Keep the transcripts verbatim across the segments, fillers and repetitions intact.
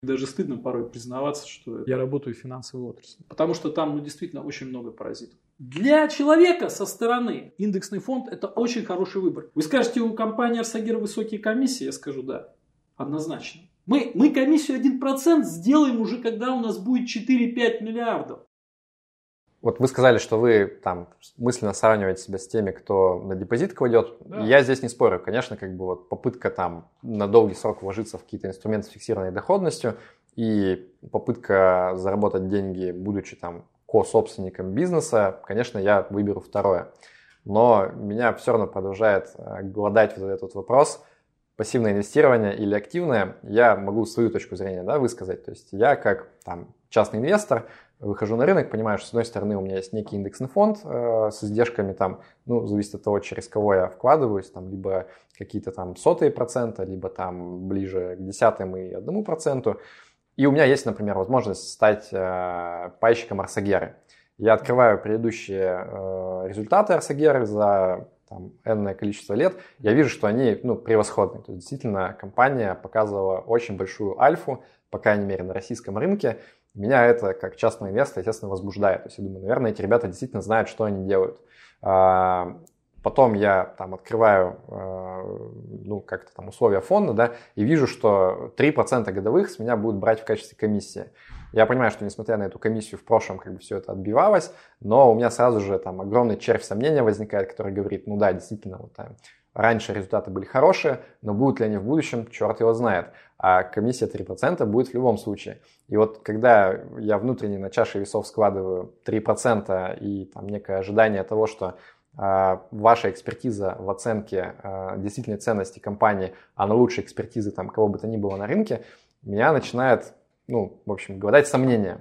Даже стыдно порой признаваться, что я работаю в финансовой отрасли. Потому что там, ну, действительно очень много паразитов. Для человека со стороны индексный фонд – это очень хороший выбор. Вы скажете, у компании Арсагер высокие комиссии? Я скажу, да, однозначно. Мы, мы комиссию один процент сделаем уже, когда у нас будет четыре-пять миллиардов. Вот вы сказали, что вы там мысленно сравниваете себя с теми, кто на депозит кладет. Да. Я здесь не спорю. Конечно, как бы вот попытка там на долгий срок вложиться в какие-то инструменты с фиксированной доходностью и попытка заработать деньги, будучи там ко-собственником бизнеса, конечно, я выберу второе. Но меня все равно продолжает гладать вот этот вопрос: пассивное инвестирование или активное. Я могу свою точку зрения, да, высказать. То есть я как там частный инвестор выхожу на рынок, понимаю, что с одной стороны у меня есть некий индексный фонд э, с издержками, там, ну, зависит от того, через кого я вкладываюсь, там, либо какие-то там сотые процента, либо там ближе к десятым и одному проценту. И у меня есть, например, возможность стать э, пайщиком Арсагеры. Я открываю предыдущие э, результаты Арсагеры за там, энное количество лет. Я вижу, что они, ну, превосходны. То есть, действительно, компания показывала очень большую альфу, по крайней мере, на российском рынке. Меня это, как частного инвестора, естественно, возбуждает. То есть я думаю, наверное, эти ребята действительно знают, что они делают. Потом я там открываю, ну, как-то там условия фонда, да, и вижу, что три процента годовых с меня будут брать в качестве комиссии. Я понимаю, что несмотря на эту комиссию в прошлом как бы все это отбивалось, но у меня сразу же там огромный червь сомнения возникает, который говорит, ну да, действительно, вот там раньше результаты были хорошие, но будут ли они в будущем, черт его знает. А комиссия три процента будет в любом случае. И вот когда я внутренне на чаше весов складываю три процента и там некое ожидание того, что э, ваша экспертиза в оценке э, действительной ценности компании, она лучше экспертизы там, кого бы то ни было на рынке, меня начинает, ну, в общем, гладать сомнения.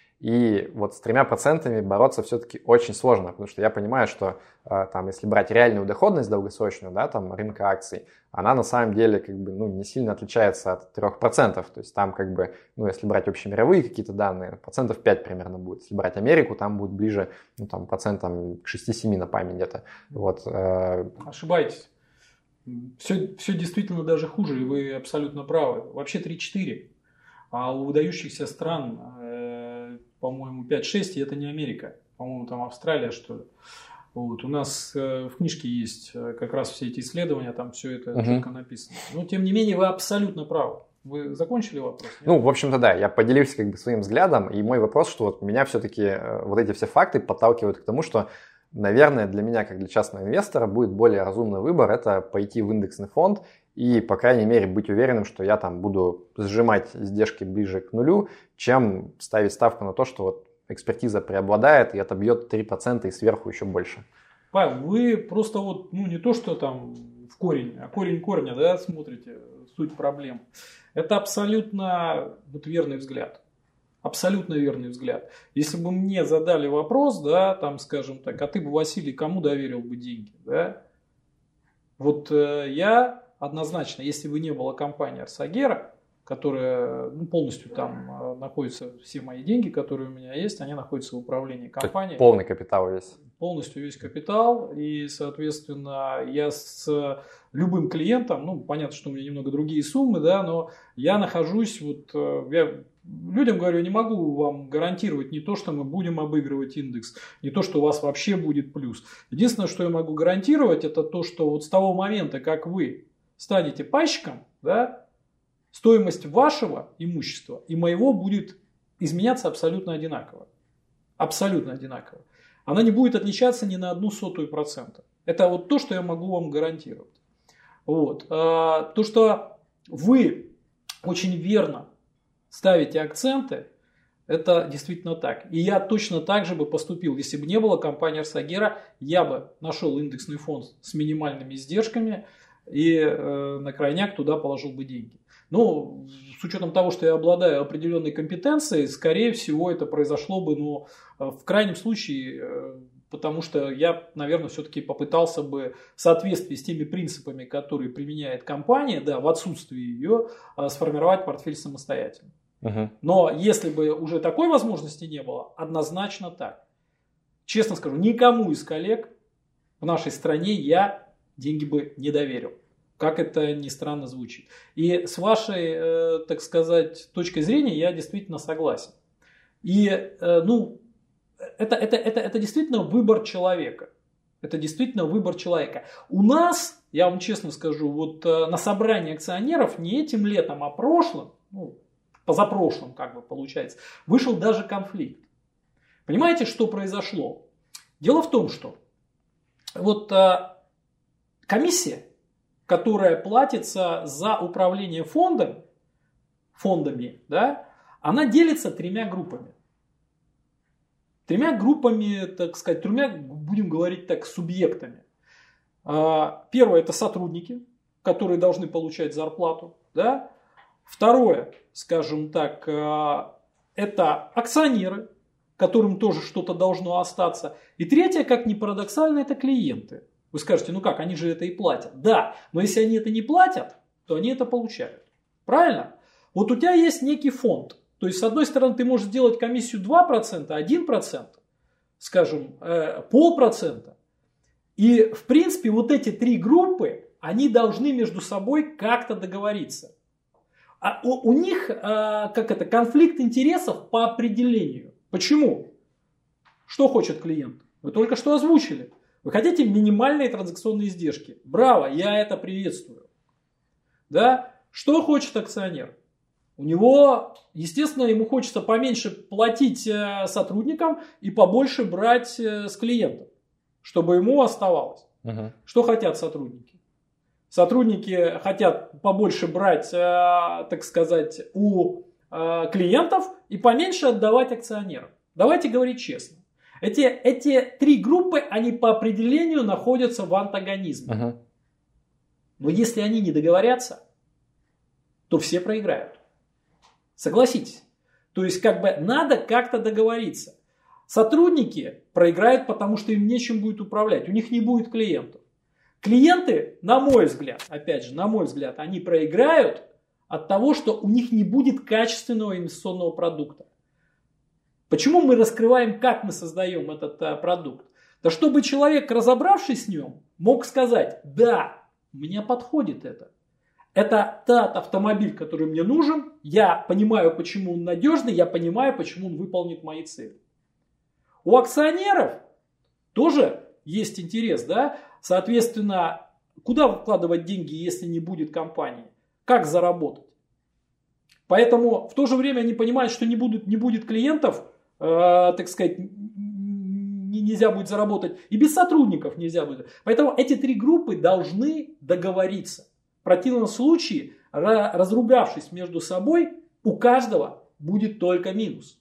И вот с тремя процентами бороться все-таки очень сложно, потому что я понимаю, что э, там, если брать реальную доходность долгосрочную, да, там, рынка акций, она на самом деле как бы, ну, не сильно отличается от трех процентов. То есть там как бы, ну, если брать общемировые какие-то данные, процентов пять примерно будет. Если брать Америку, там будет ближе, ну, там, процентам к шести-семи на память где-то. Вот, э... Ошибаетесь. Все, все действительно даже хуже, и вы абсолютно правы. Вообще три-четыре. А у выдающихся стран, э, по-моему, пять-шесть, и это не Америка. По-моему, там Австралия, что ли. Вот. У нас э, в книжке есть э, как раз все эти исследования, там все это uh-huh. четко написано. Но, тем не менее, вы абсолютно правы. Вы закончили вопрос? Нет? Ну, в общем-то, да. Я поделился как бы своим взглядом. И мой вопрос, что вот меня все-таки э, вот эти все факты подталкивают к тому, что, наверное, для меня, как для частного инвестора, будет более разумный выбор – это пойти в индексный фонд и, по крайней мере, быть уверенным, что я там буду сжимать издержки ближе к нулю, чем ставить ставку на то, что вот экспертиза преобладает и отобьет три процента и сверху еще больше. Павел, вы просто вот, ну, не то, что там в корень, а корень корня, да, смотрите, суть проблем. Это абсолютно вот верный взгляд. Абсолютно верный взгляд. Если бы мне задали вопрос, да, там, скажем так, а ты бы, Василий, кому доверил бы деньги, да? Вот э, я однозначно, если бы не было компании Арсагера, которая, ну, полностью там э, находятся все мои деньги, которые у меня есть, они находятся в управлении компанией. Полный капитал весь. Полностью весь капитал. И, соответственно, я с любым клиентом, ну, понятно, что у меня немного другие суммы, да, но я нахожусь, вот, я людям говорю, не могу вам гарантировать не то, что мы будем обыгрывать индекс, не то, что у вас вообще будет плюс. Единственное, что я могу гарантировать, это то, что вот с того момента, как вы станете пайщиком, да, стоимость вашего имущества и моего будет изменяться абсолютно одинаково. Абсолютно одинаково. Она не будет отличаться ни на одну сотую процента. Это вот то, что я могу вам гарантировать. Вот. А, то, что вы очень верно ставите акценты, это действительно так. И я точно так же бы поступил. Если бы не было компании Арсагера, я бы нашел индексный фонд с минимальными издержками и э, на крайняк туда положил бы деньги. Ну, с учетом того, что я обладаю определенной компетенцией, скорее всего, это произошло бы, ну, в крайнем случае, потому что я, наверное, все-таки попытался бы в соответствии с теми принципами, которые применяет компания, да, в отсутствии ее, сформировать портфель самостоятельно. Uh-huh. Но если бы уже такой возможности не было, однозначно так. Честно скажу, никому из коллег в нашей стране я деньги бы не доверил. Как это ни странно звучит. И с вашей, э, так сказать, точкой зрения я действительно согласен. И, э, ну, это, это, это, это действительно выбор человека. Это действительно выбор человека. У нас, я вам честно скажу, вот э, на собрании акционеров не этим летом, а прошлым, ну, позапрошлым, как бы получается, вышел даже конфликт. Понимаете, что произошло? Дело в том, что вот э, комиссия, которая платится за управление фондом, фондами, да, она делится тремя группами. Тремя группами, так сказать, тремя, будем говорить так, субъектами. Первое – это сотрудники, которые должны получать зарплату. Да? Второе, скажем так, это акционеры, которым тоже что-то должно остаться. И третье, как ни парадоксально, это клиенты. Вы скажете, ну как, они же это и платят. Да, но если они это не платят, то они это получают. Правильно? Вот у тебя есть некий фонд. То есть, с одной стороны, ты можешь сделать комиссию два процента, один процент, скажем, полпроцента. И, в принципе, вот эти три группы, они должны между собой как-то договориться. А у, у них, как это, конфликт интересов по определению. Почему? Что хочет клиент? Вы только что озвучили. Вы хотите минимальные транзакционные издержки. Браво, я это приветствую. Да? Что хочет акционер? У него, естественно, ему хочется поменьше платить сотрудникам и побольше брать с клиентов, чтобы ему оставалось. Uh-huh. Что хотят сотрудники? Сотрудники хотят побольше брать, так сказать, у клиентов и поменьше отдавать акционерам. Давайте говорить честно. Эти, эти три группы, они по определению находятся в антагонизме. Uh-huh. Но если они не договорятся, то все проиграют. Согласитесь. То есть, как бы надо как-то договориться. Сотрудники проиграют, потому что им нечем будет управлять. У них не будет клиентов. Клиенты, на мой взгляд, опять же, на мой взгляд, они проиграют от того, что у них не будет качественного инвестиционного продукта. Почему мы раскрываем, как мы создаем этот а, продукт? Да чтобы человек, разобравшись с ним, мог сказать, да, мне подходит это. Это тот автомобиль, который мне нужен, я понимаю, почему он надежный, я понимаю, почему он выполнит мои цели. У акционеров тоже есть интерес, да? Соответственно, куда вкладывать деньги, если не будет компании? Как заработать? Поэтому в то же время они понимают, что не, будут, не будет клиентов, э, так сказать, не, нельзя будет заработать, и без сотрудников нельзя будет. Поэтому эти три группы должны договориться. В противном случае, разругавшись между собой, у каждого будет только минус.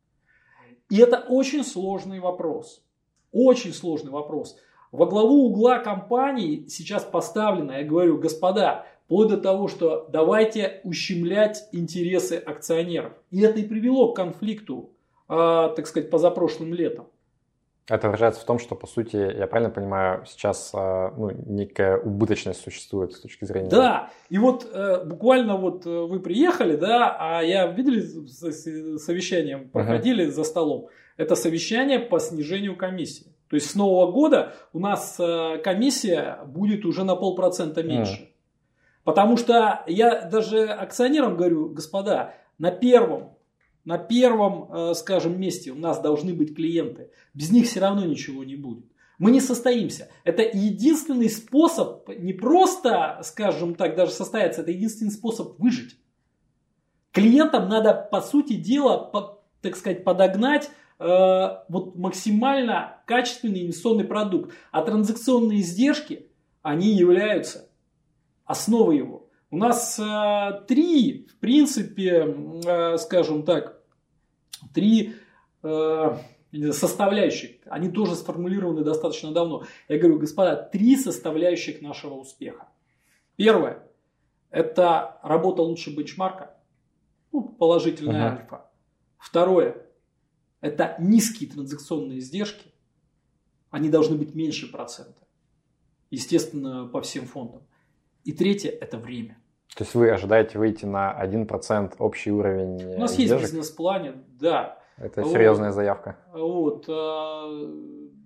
И это очень сложный вопрос. Очень сложный вопрос. Во главу угла компании сейчас поставлено, я говорю, господа, вплоть до того, что давайте ущемлять интересы акционеров. И это и привело к конфликту, э, так сказать, позапрошлым летом. Это выражается в том, что, по сути, я правильно понимаю, сейчас э, ну, некая убыточность существует с точки зрения... Да, и вот э, буквально вот вы приехали, да, а я, видели, совещанием проходили uh-huh. за столом. Это совещание по снижению комиссии. То есть с нового года у нас э, комиссия будет уже на полпроцента меньше. Uh-huh. Потому что я даже акционерам говорю, господа, на первом, на первом, скажем, месте у нас должны быть клиенты. Без них все равно ничего не будет. Мы не состоимся. Это единственный способ не просто, скажем так, даже состояться, это единственный способ выжить. Клиентам надо, по сути дела, по, так сказать, подогнать э, вот максимально качественный инвестиционный продукт. А транзакционные издержки, они являются основой его. У нас э, три, в принципе, э, скажем так, три э, составляющих. Они тоже сформулированы достаточно давно. Я говорю, господа, три составляющих нашего успеха. Первое – это работа лучше бенчмарка, ну, положительная uh-huh. альфа. Второе – это низкие транзакционные издержки. Они должны быть меньше процента. Естественно, по всем фондам. И третье – это время. То есть вы ожидаете выйти на один процент общий уровень издержек? У нас есть в бизнес-плане, да. Это серьезная вот, заявка. Вот.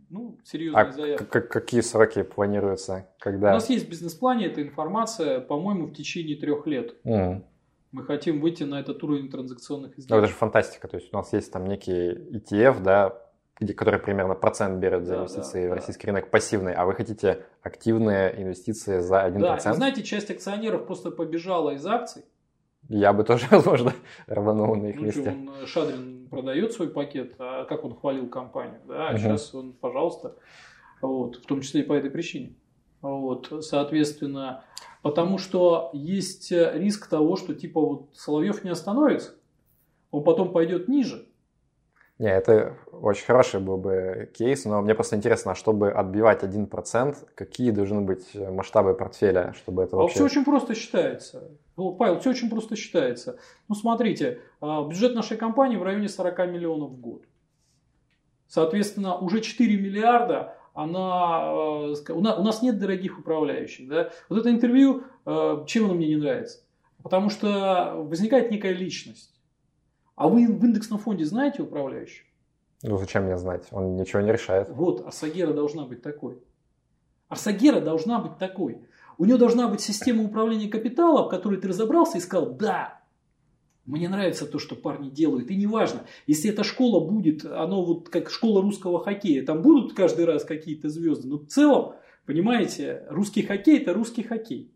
ну, серьезные а заявки. К- какие сроки планируются? Когда? У нас есть в бизнес-плане эта информация, по-моему, в течение трех лет. Mm. Мы хотим выйти на этот уровень транзакционных Ну, изделий. это же фантастика. То есть у нас есть там некий и ти эф, да, где, который примерно процент берет за Да, инвестиции да, в да. российский рынок пассивный, а вы хотите активные инвестиции за один процент? Да, и знаете, часть акционеров просто побежала из акций. Я бы тоже, возможно, рванул на их Ну, месте. что, он, Шадрин продает свой пакет, а как он хвалил компанию, да, а Мгм. сейчас он, пожалуйста, вот, в том числе и по этой причине. Вот, соответственно, потому что есть риск того, что типа вот Соловьев не остановится, он потом пойдет ниже. Не, это очень хороший был бы кейс, но мне просто интересно, а чтобы отбивать один процент, какие должны быть масштабы портфеля, чтобы это А вообще... все очень просто считается. Ну, Павел, все очень просто считается. Ну, смотрите, а, бюджет нашей компании в районе сорок миллионов в год. Соответственно, уже четыре миллиарда, она, э, ска- у на- у нас нет дорогих управляющих. Да? Вот это интервью, э, чем оно мне не нравится? Потому что возникает некая личность. А вы в индексном фонде знаете управляющего? Ну, зачем мне знать? Он ничего не решает. Вот, Арсагера должна быть такой. Арсагера должна быть такой. У нее должна быть система управления капиталом, в которой ты разобрался и сказал, да, мне нравится то, что парни делают. И неважно, если эта школа будет, оно вот как школа русского хоккея, там будут каждый раз какие-то звезды, но в целом, понимаете, русский хоккей – это русский хоккей.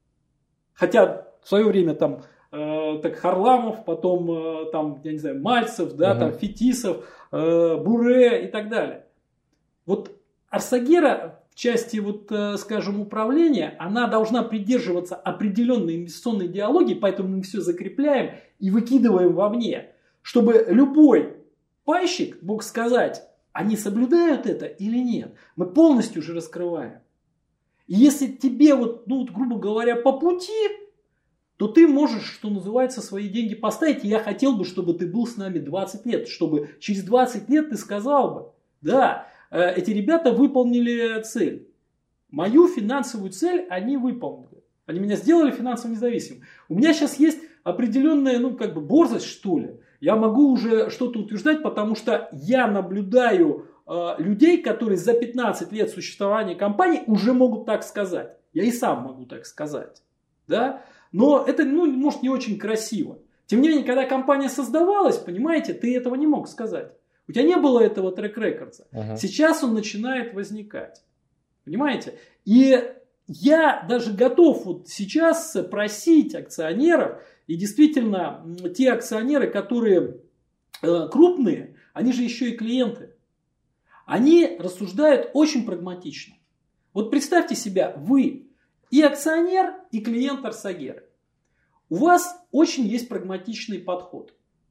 Хотя в свое время там э, так Харламов, потом э, там, я не знаю, Мальцев, да, Мгм. там Фетисов, э, Буре и так далее. Вот Арсагера в части, вот, э, скажем, управления, она должна придерживаться определенной инвестиционной идеологии, поэтому мы все закрепляем и выкидываем вовне, чтобы любой пайщик мог сказать, они соблюдают это или нет. Мы полностью уже раскрываем. И если тебе, вот, ну, вот, грубо говоря, по пути, то ты можешь, что называется, свои деньги поставить. И я хотел бы, чтобы ты был с нами двадцать лет, чтобы через двадцать лет ты сказал бы, да, эти ребята выполнили цель. Мою финансовую цель они выполнили. Они меня сделали финансово независимым. У меня сейчас есть определенная, ну, как бы борзость, что ли. Я могу уже что-то утверждать, потому что я наблюдаю э, людей, которые за пятнадцать лет существования компании уже могут так сказать. Я и сам могу так сказать. Да? Но это, ну, может, не очень красиво. Тем не менее, когда компания создавалась, понимаете, ты этого не мог сказать. У тебя не было этого трек-рекорда. Ага. Сейчас он начинает возникать. Понимаете? И я даже готов вот сейчас просить акционеров, и действительно те акционеры, которые э, крупные, они же еще и клиенты. Они рассуждают очень прагматично. Вот представьте себя, вы и акционер, и клиент Арсагеры. У вас очень есть прагматичный подход.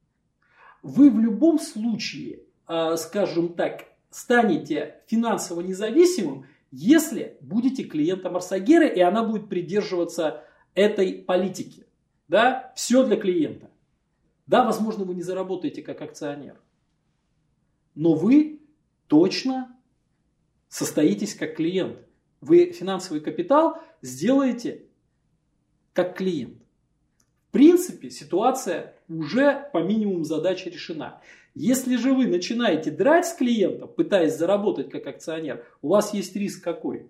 Вы в любом случае, э, скажем так, станете финансово независимым, если будете клиентом Арсагеры, и она будет придерживаться этой политики. Да? Все для клиента. Да, возможно, вы не заработаете как акционер, но вы точно состоитесь как клиент. Вы финансовый капитал сделаете как клиент. В принципе, ситуация уже по минимуму задача решена. Если же вы начинаете драть с клиента, пытаясь заработать как акционер, у вас есть риск какой?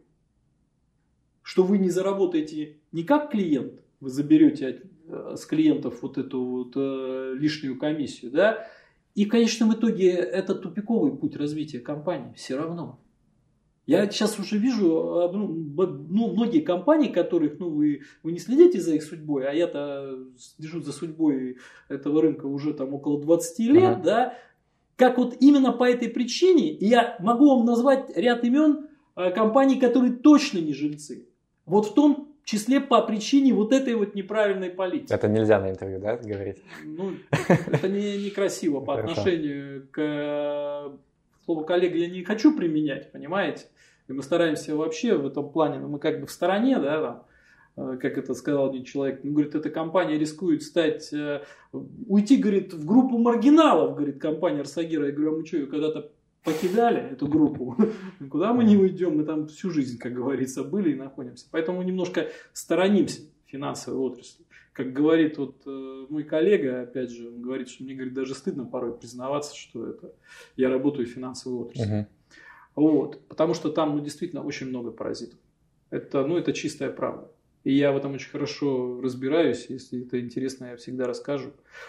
Что вы не заработаете не как клиент, вы заберете от, с клиентов вот эту вот, э, лишнюю комиссию, да? И в конечном итоге это тупиковый путь развития компании все равно. Я сейчас уже вижу ну, многие компании, которых ну, вы, вы не следите за их судьбой, а я-то слежу за судьбой этого рынка уже там около двадцать лет, ага. Да, как вот именно по этой причине, и я могу вам назвать ряд имен компаний, которые точно не жильцы. Вот в том числе по причине вот этой вот неправильной политики. Это нельзя на интервью, да, говорить? Ну, это не, некрасиво по отношению к... Слово коллега я не хочу применять, понимаете? И мы стараемся вообще в этом плане, ну мы как бы в стороне, да, там, как это сказал один человек, ну, говорит, эта компания рискует стать, уйти, говорит, в группу маргиналов, говорит, компания Арсагера. Я говорю, а мы что, ее когда-то покидали, эту группу? Куда мы не уйдем, мы там всю жизнь, как говорится, были и находимся. Поэтому мы немножко сторонимся финансовой отрасли. Как говорит вот э, мой коллега, опять же, он говорит, что мне, говорит, даже стыдно порой признаваться, что это я работаю в финансовой отрасли. Uh-huh. Вот, потому что там ну, действительно очень много паразитов. Это, ну, это чистая правда. И я в этом очень хорошо разбираюсь. Если это интересно, я всегда расскажу.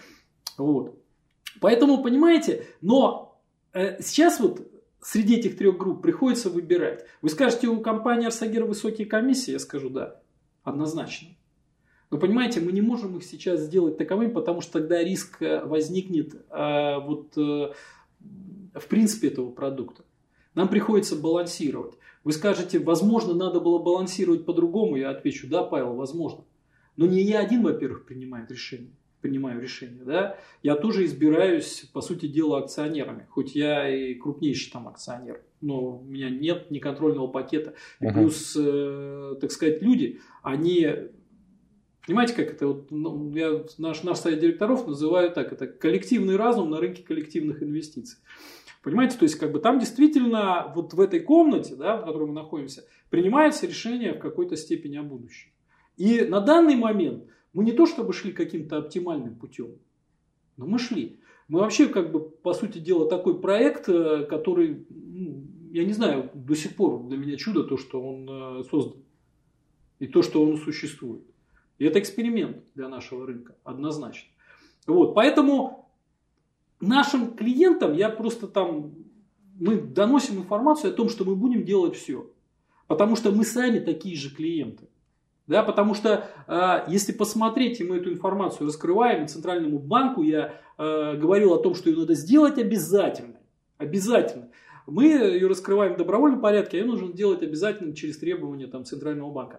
Вот. Поэтому, понимаете, но э, сейчас вот среди этих трех групп приходится выбирать. Вы скажете, у компании Арсагир высокие комиссии? Я скажу, да, однозначно. Но понимаете, мы не можем их сейчас сделать таковыми, потому что тогда риск возникнет э, вот, э, в принципе этого продукта. Нам приходится балансировать. Вы скажете, возможно, надо было балансировать по-другому. Я отвечу, да, Павел, возможно. Но не я один, во-первых, принимаю решение. Принимаю решение, да. Я тоже избираюсь, по сути дела, акционерами. Хоть я и крупнейший там акционер. Но у меня нет ни контрольного пакета. И uh-huh. плюс, э, так сказать, люди, они... Понимаете, как это? Вот, ну, я наш, наш совет директоров называю так. Это коллективный разум на рынке коллективных инвестиций. Понимаете, то есть как бы там действительно вот в этой комнате, да, в которой мы находимся, принимается решение в какой-то степени о будущем. И на данный момент мы не то чтобы шли каким-то оптимальным путем, но мы шли. Мы вообще как бы по сути дела такой проект, который, ну, я не знаю, до сих пор для меня чудо то, что он создан и то, что он существует. И это эксперимент для нашего рынка, однозначно. Вот, поэтому нашим клиентам я просто там, мы доносим информацию о том, что мы будем делать все. Потому что мы сами такие же клиенты. Да, потому что э, если посмотреть, и мы эту информацию раскрываем, и Центральному банку я э, говорил о том, что ее надо сделать обязательно. Обязательно. Мы ее раскрываем в добровольном порядке, а ее нужно делать обязательно через требования там, Центрального банка.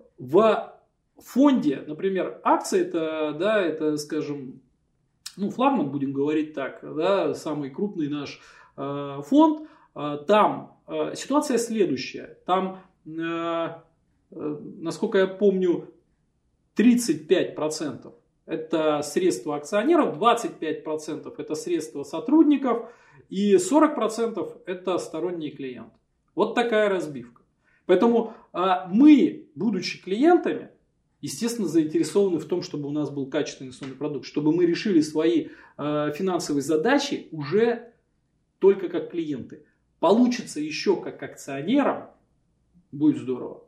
В фонде, например, акции, это, да, это, скажем, ну, флагман, будем говорить так, да, самый крупный наш э, фонд, э, там э, ситуация следующая. Там, э, э, насколько я помню, тридцать пять процентов это средства акционеров, двадцать пять процентов это средства сотрудников и сорок процентов это сторонние клиенты. Вот такая разбивка. Поэтому э, мы, будучи клиентами, естественно, заинтересованы в том, чтобы у нас был качественный инвестиционный продукт, чтобы мы решили свои э, финансовые задачи уже только как клиенты. Получится еще как акционерам, будет здорово.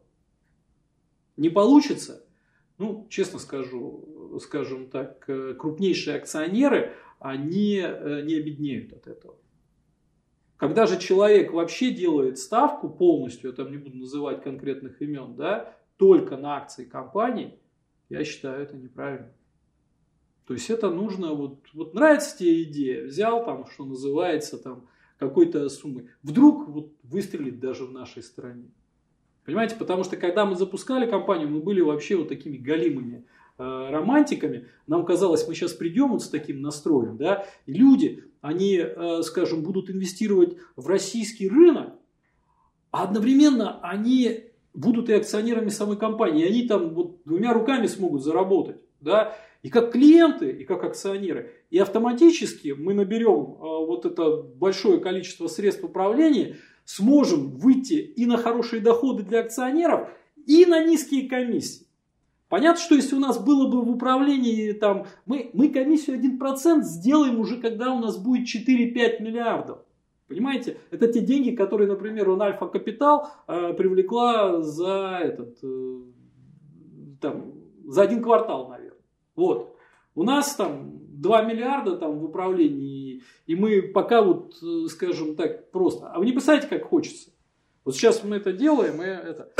Не получится, ну, честно скажу, скажем так, крупнейшие акционеры, они не обеднеют от этого. Когда же человек вообще делает ставку полностью, я там не буду называть конкретных имен, да, только на акции компании, я считаю, это неправильно. То есть это нужно, вот, вот нравится тебе идея, взял там, что называется, там какой-то суммы, вдруг вот выстрелит даже в нашей стране. Понимаете, потому что когда мы запускали компанию, мы были вообще вот такими галимыми э, романтиками. Нам казалось, мы сейчас придем вот с таким настроем, да, и люди, они, э, скажем, будут инвестировать в российский рынок, а одновременно они будут и акционерами самой компании, и они там вот двумя руками смогут заработать, да, и как клиенты, и как акционеры. И автоматически мы наберем э, вот это большое количество средств управления, сможем выйти и на хорошие доходы для акционеров, и на низкие комиссии. Понятно, что если у нас было бы в управлении, там, мы, мы комиссию один процент сделаем уже, когда у нас будет четыре-пять миллиардов. Понимаете, это те деньги, которые, например, он Альфа Капитал э, привлекла за, этот, э, там, за один квартал, наверное. Вот. У нас там два миллиарда там, в управлении, и мы пока вот, скажем так, просто. А вы не представляете, как хочется. Вот сейчас мы это делаем, и это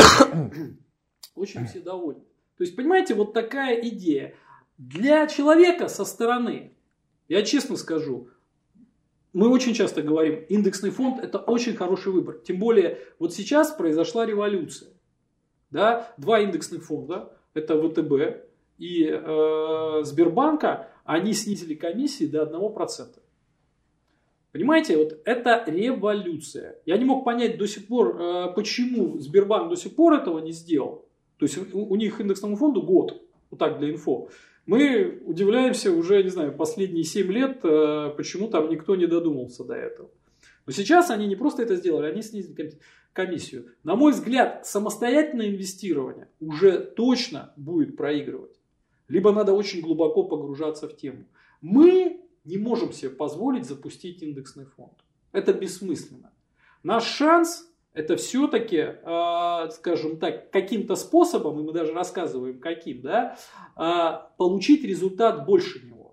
очень все довольны. То есть, понимаете, вот такая идея. Для человека со стороны, я честно скажу, мы очень часто говорим, индексный фонд это очень хороший выбор. Тем более, вот сейчас произошла революция. Да? Два индексных фонда, это ВТБ и э, Сбербанка, они снизили комиссии до одного процента. Понимаете, вот это революция. Я не мог понять до сих пор, э, почему Сбербанк до сих пор этого не сделал. То есть у, у них индексному фонду год, вот так для инфо. Мы удивляемся уже, не знаю, последние семь лет, э, почему там никто не додумался до этого. Но сейчас они не просто это сделали, они снизили комиссию. На мой взгляд, самостоятельное инвестирование уже точно будет проигрывать. Либо надо очень глубоко погружаться в тему. Мы не можем себе позволить запустить индексный фонд. Это бессмысленно. Наш шанс это все-таки, э, скажем так, каким-то способом, и мы даже рассказываем каким, да, э, получить результат больше него.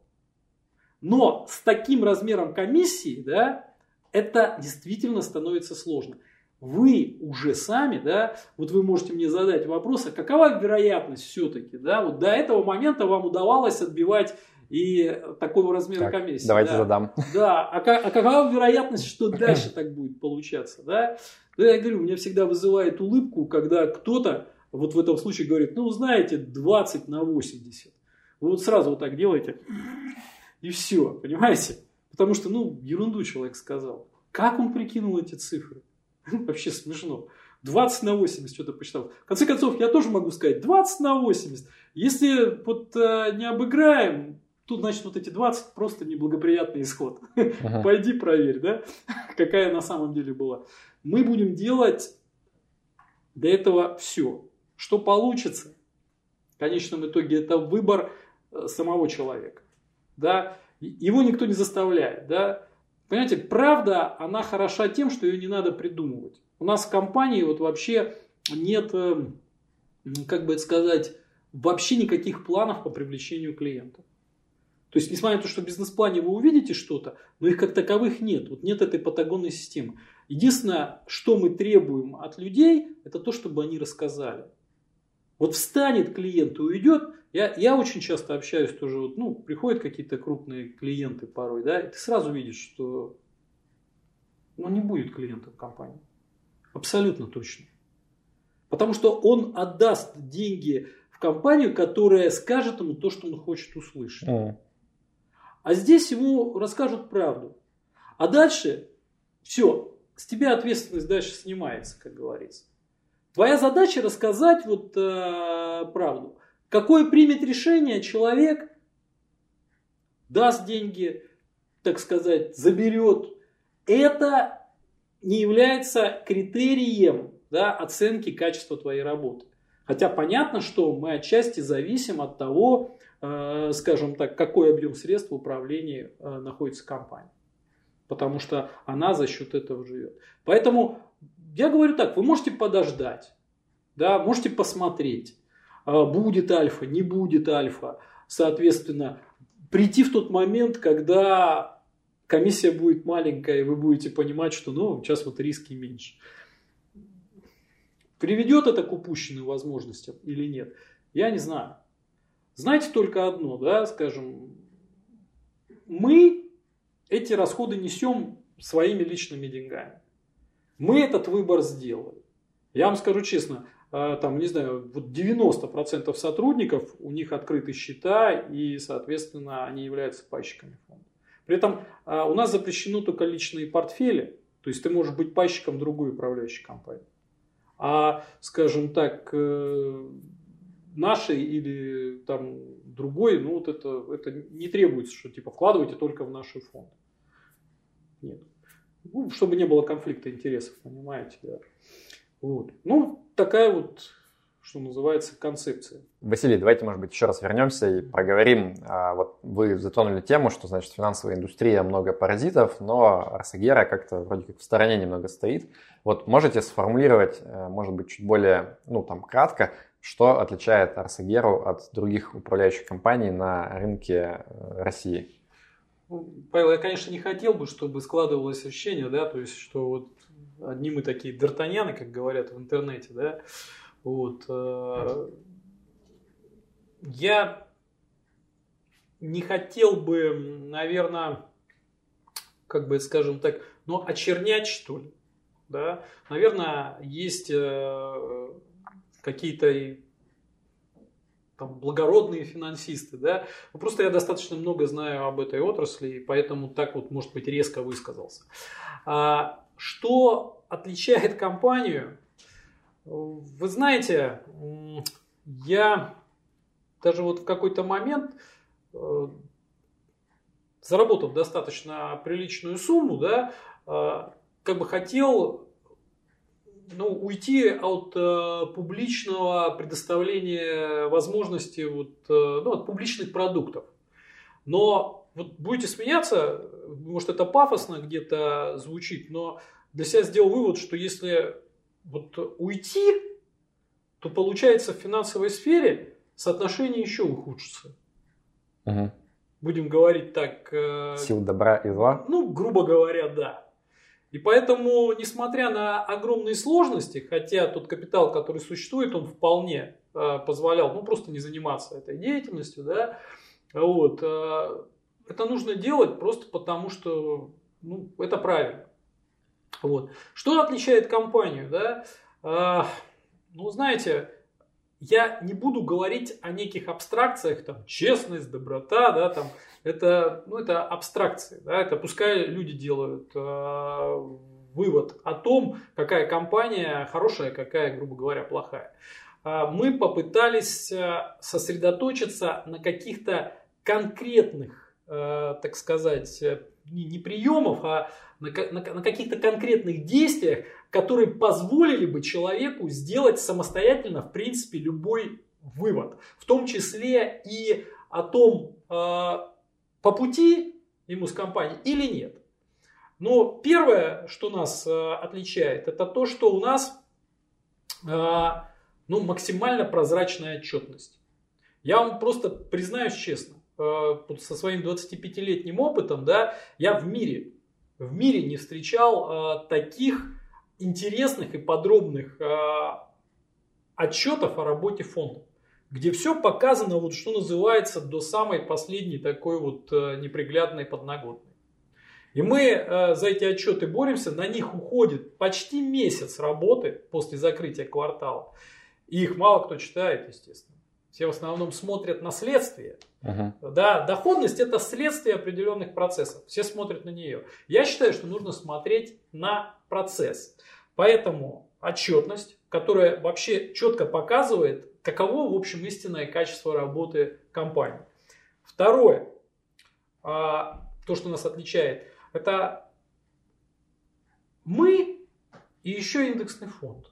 Но с таким размером комиссии, да, это действительно становится сложно. Вы уже сами, да, вот вы можете мне задать вопрос, а какова вероятность все-таки, да, вот до этого момента вам удавалось отбивать и такого размера так, комиссии. Давайте да. задам. Да, а, а какова вероятность, что дальше так будет получаться, да? Да, я говорю, меня всегда вызывает улыбку, когда кто-то, вот в этом случае говорит, ну, знаете, двадцать на восемьдесят. Вы вот сразу вот так делаете, и все, понимаете? Потому что, ну, ерунду человек сказал. Как он прикинул эти цифры? Вообще смешно. двадцать на восемьдесят что-то посчитал. В конце концов, я тоже могу сказать двадцать на восемьдесят. Если вот э, не обыграем, тут, значит, вот эти двадцать просто неблагоприятный исход. Uh-huh. Пойди проверь, да, какая на самом деле была. Мы будем делать до этого все. Что получится, в конечном итоге, это выбор самого человека. Да? Его никто не заставляет. Да? Понимаете, правда, она хороша тем, что ее не надо придумывать. У нас в компании вот вообще нет, как бы это сказать, вообще никаких планов по привлечению клиентов. То есть, несмотря на то, что в бизнес-плане вы увидите что-то, но их как таковых нет. Вот нет этой патагонной системы. Единственное, что мы требуем от людей, это то, чтобы они рассказали. Вот встанет клиент и уйдет. Я, я очень часто общаюсь тоже, вот, ну, приходят какие-то крупные клиенты порой, да, и ты сразу видишь, что ну, не будет клиента в компании. Абсолютно точно. Потому что он отдаст деньги в компанию, которая скажет ему то, что он хочет услышать. Mm. А здесь ему расскажут правду. А дальше все, с тебя ответственность дальше снимается, как говорится. Твоя задача рассказать вот э, правду. Какое примет решение человек, даст деньги, так сказать, заберет. Это не является критерием, да, оценки качества твоей работы. Хотя понятно, что мы отчасти зависим от того, э, скажем так, какой объем средств в управлении э, находится в компании. Потому что она за счет этого живет. Поэтому я говорю так, вы можете подождать, да, можете посмотреть, э, будет альфа, не будет альфа. Соответственно, прийти в тот момент, когда комиссия будет маленькая, и вы будете понимать, что ну, сейчас вот риски меньше. Приведет это к упущенным возможностям или нет, я не знаю. Знаете только одно, да, скажем, мы эти расходы несем своими личными деньгами. Мы этот выбор сделали. Я вам скажу честно, там, не знаю, вот девяносто процентов сотрудников, у них открыты счета, и, соответственно, они являются пайщиками фонда. При этом у нас запрещено только личные портфели, то есть ты можешь быть пайщиком другой управляющей компании. А, скажем так, нашей или там другой, ну вот это, это не требуется, что типа вкладывайте только в наши фонды. Нет. Ну, чтобы не было конфликта интересов, понимаете, да. Вот. Ну, такая вот, что называется, концепция. Василий, давайте, может быть, еще раз вернемся и проговорим. Вот вы затронули тему, что, значит, финансовая индустрия, много паразитов, но Арсегера как-то вроде как в стороне немного стоит. Вот можете сформулировать, может быть, чуть более, ну, там, кратко, что отличает Арсегеру от других управляющих компаний на рынке России? Павел, я, конечно, не хотел бы, чтобы складывалось ощущение, да, то есть, что вот одни мы такие д'Артаньяны, как говорят в интернете, да, вот. Я не хотел бы, наверное, как бы, скажем так, но очернять, что ли, да, наверное, есть какие-то там благородные финансисты, да, но просто я достаточно много знаю об этой отрасли, и поэтому так вот, может быть, резко высказался. А что отличает компанию? Вы знаете, я даже вот в какой-то момент, заработав достаточно приличную сумму, да, как бы хотел, ну, уйти от э, публичного предоставления возможности вот, э, ну, от публичных продуктов. Но вот будете смеяться, может это пафосно где-то звучит, но для себя сделал вывод, что если вот уйти, то получается в финансовой сфере соотношение еще ухудшится. Угу. Будем говорить так. Э, Сил добра и зла? Ну, грубо говоря, да. И поэтому, несмотря на огромные сложности, хотя тот капитал, который существует, он вполне э, позволял, ну, просто не заниматься этой деятельностью, да, вот, э, это нужно делать просто потому, что, ну, это правильно. Вот. Что отличает компанию, да? Э, ну, знаете, я не буду говорить о неких абстракциях, там, честность, доброта, да, там, это, ну, это абстракции, да, это пускай люди делают э, вывод о том, какая компания хорошая, какая, грубо говоря, плохая. Э, мы попытались э, сосредоточиться на каких-то конкретных, э, так сказать, не, не приемов, а на, на, на каких-то конкретных действиях, которые позволили бы человеку сделать самостоятельно, в принципе, любой вывод. В том числе и о том, э, по пути ему с компанией или нет. Но первое, что нас э, отличает, это то, что у нас э, ну, максимально прозрачная отчетность. Я вам просто признаюсь честно, э, со своим двадцатипятилетним опытом, да, я в мире, в мире не встречал э, таких интересных и подробных э, отчетов о работе фонда, где все показано, вот, что называется, до самой последней такой вот э, неприглядной подноготной. И мы э, за эти отчеты боремся, на них уходит почти месяц работы после закрытия квартала. И их мало кто читает, естественно. Все в основном смотрят на следствие. Uh-huh. Да, доходность – это следствие определенных процессов. Все смотрят на нее. Я считаю, что нужно смотреть на процесс. Поэтому отчетность, которая вообще четко показывает, каково, в общем, истинное качество работы компании. Второе, то, что нас отличает, это мы и еще индексный фонд.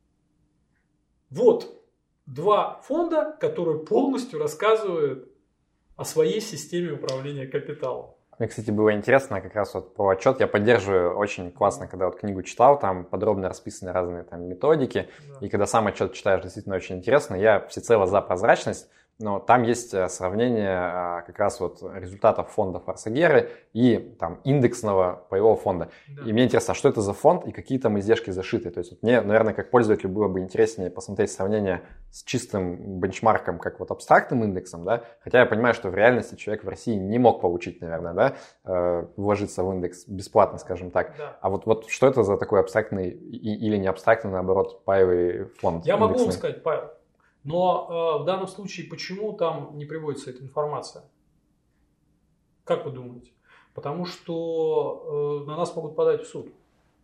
Вот два фонда, которые полностью рассказывают о своей системе управления капиталом. Мне, кстати, было интересно как раз вот про отчет. Я поддерживаю, очень классно, когда вот книгу читал, там подробно расписаны разные там методики. Да. И когда сам отчет читаешь, действительно очень интересно. Я всецело за прозрачность, но там есть сравнение как раз вот результатов фонда Форсагеры и там индексного паевого фонда. Да. И мне интересно, а что это за фонд и какие там издержки зашиты. То есть вот мне, наверное, как пользователю было бы интереснее посмотреть сравнение с чистым бенчмарком, как вот абстрактным индексом, да. Хотя я понимаю, что в реальности человек в России не мог получить, наверное, да, вложиться в индекс бесплатно, скажем так. Да. А вот, вот что это за такой абстрактный или не абстрактный, наоборот, паевый фонд? Я индексный? Могу вам сказать, Павел. Но э, в данном случае почему там не приводится эта информация? Как вы думаете? Потому что э, на нас могут подать в суд.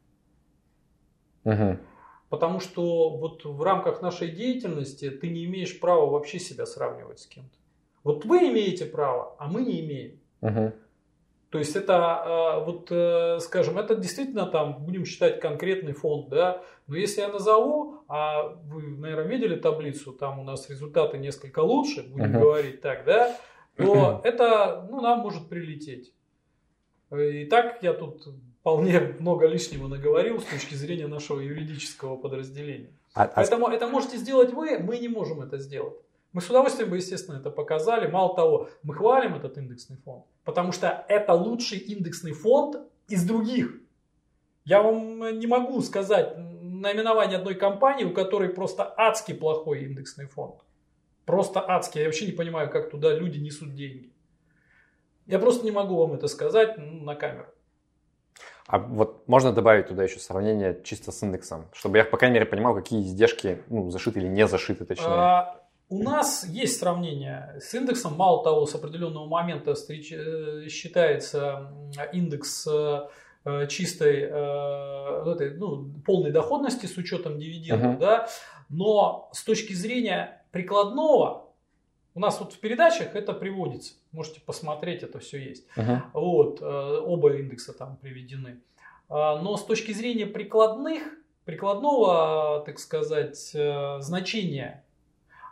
Угу. Потому что вот в рамках нашей деятельности ты не имеешь права вообще себя сравнивать с кем-то. Вот вы имеете право, а мы не имеем. Угу. То есть это, вот, скажем, это действительно там, будем считать, конкретный фонд, да. Но если я назову, а вы, наверное, видели таблицу, там у нас результаты несколько лучше, будем uh-huh. говорить так, да, то uh-huh. это, ну, нам может прилететь. И так я тут вполне много лишнего наговорил с точки зрения нашего юридического подразделения. А, Поэтому а... это можете сделать вы, мы не можем это сделать. Мы с удовольствием бы, естественно, это показали. Мало того, мы хвалим этот индексный фонд, потому что это лучший индексный фонд из других. Я вам не могу сказать наименование одной компании, у которой просто адски плохой индексный фонд. Просто адский. Я вообще не понимаю, как туда люди несут деньги. Я просто не могу вам это сказать на камеру. А вот можно добавить туда еще сравнение чисто с индексом, чтобы я, по крайней мере, понимал, какие издержки, ну, зашиты или не зашиты, точнее. А... У нас есть сравнение с индексом. Мало того, с определенного момента встреч... считается индекс чистой, ну, полной доходности с учетом дивидендов. Uh-huh. Да? Но с точки зрения прикладного, у нас вот в передачах это приводится. Можете посмотреть, это все есть. Uh-huh. Вот, оба индекса там приведены. Но с точки зрения прикладных, прикладного, так сказать, значения,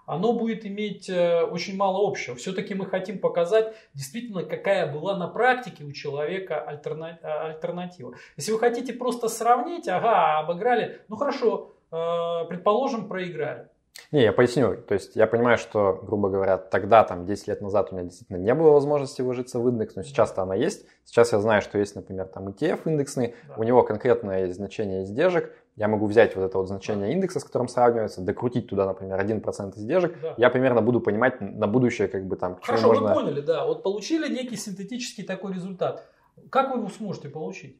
оно будет иметь очень мало общего. Все-таки мы хотим показать действительно, какая была на практике у человека альтернатива. Если вы хотите просто сравнить, ага, обыграли, ну хорошо, предположим, проиграли. Не, я поясню. То есть я понимаю, что, грубо говоря, тогда, там, десять лет назад у меня действительно не было возможности вложиться в индекс, но сейчас-то она есть. Сейчас я знаю, что есть, например, там и ти эф индексный, да. У него конкретное значение издержек. Я могу взять вот это вот значение индекса, с которым сравнивается, докрутить туда, например, один процент издержек. Да. Я примерно буду понимать на будущее, как бы там, к чему Хорошо, можно... вы поняли, да. Вот получили некий синтетический такой результат. Как вы его сможете получить?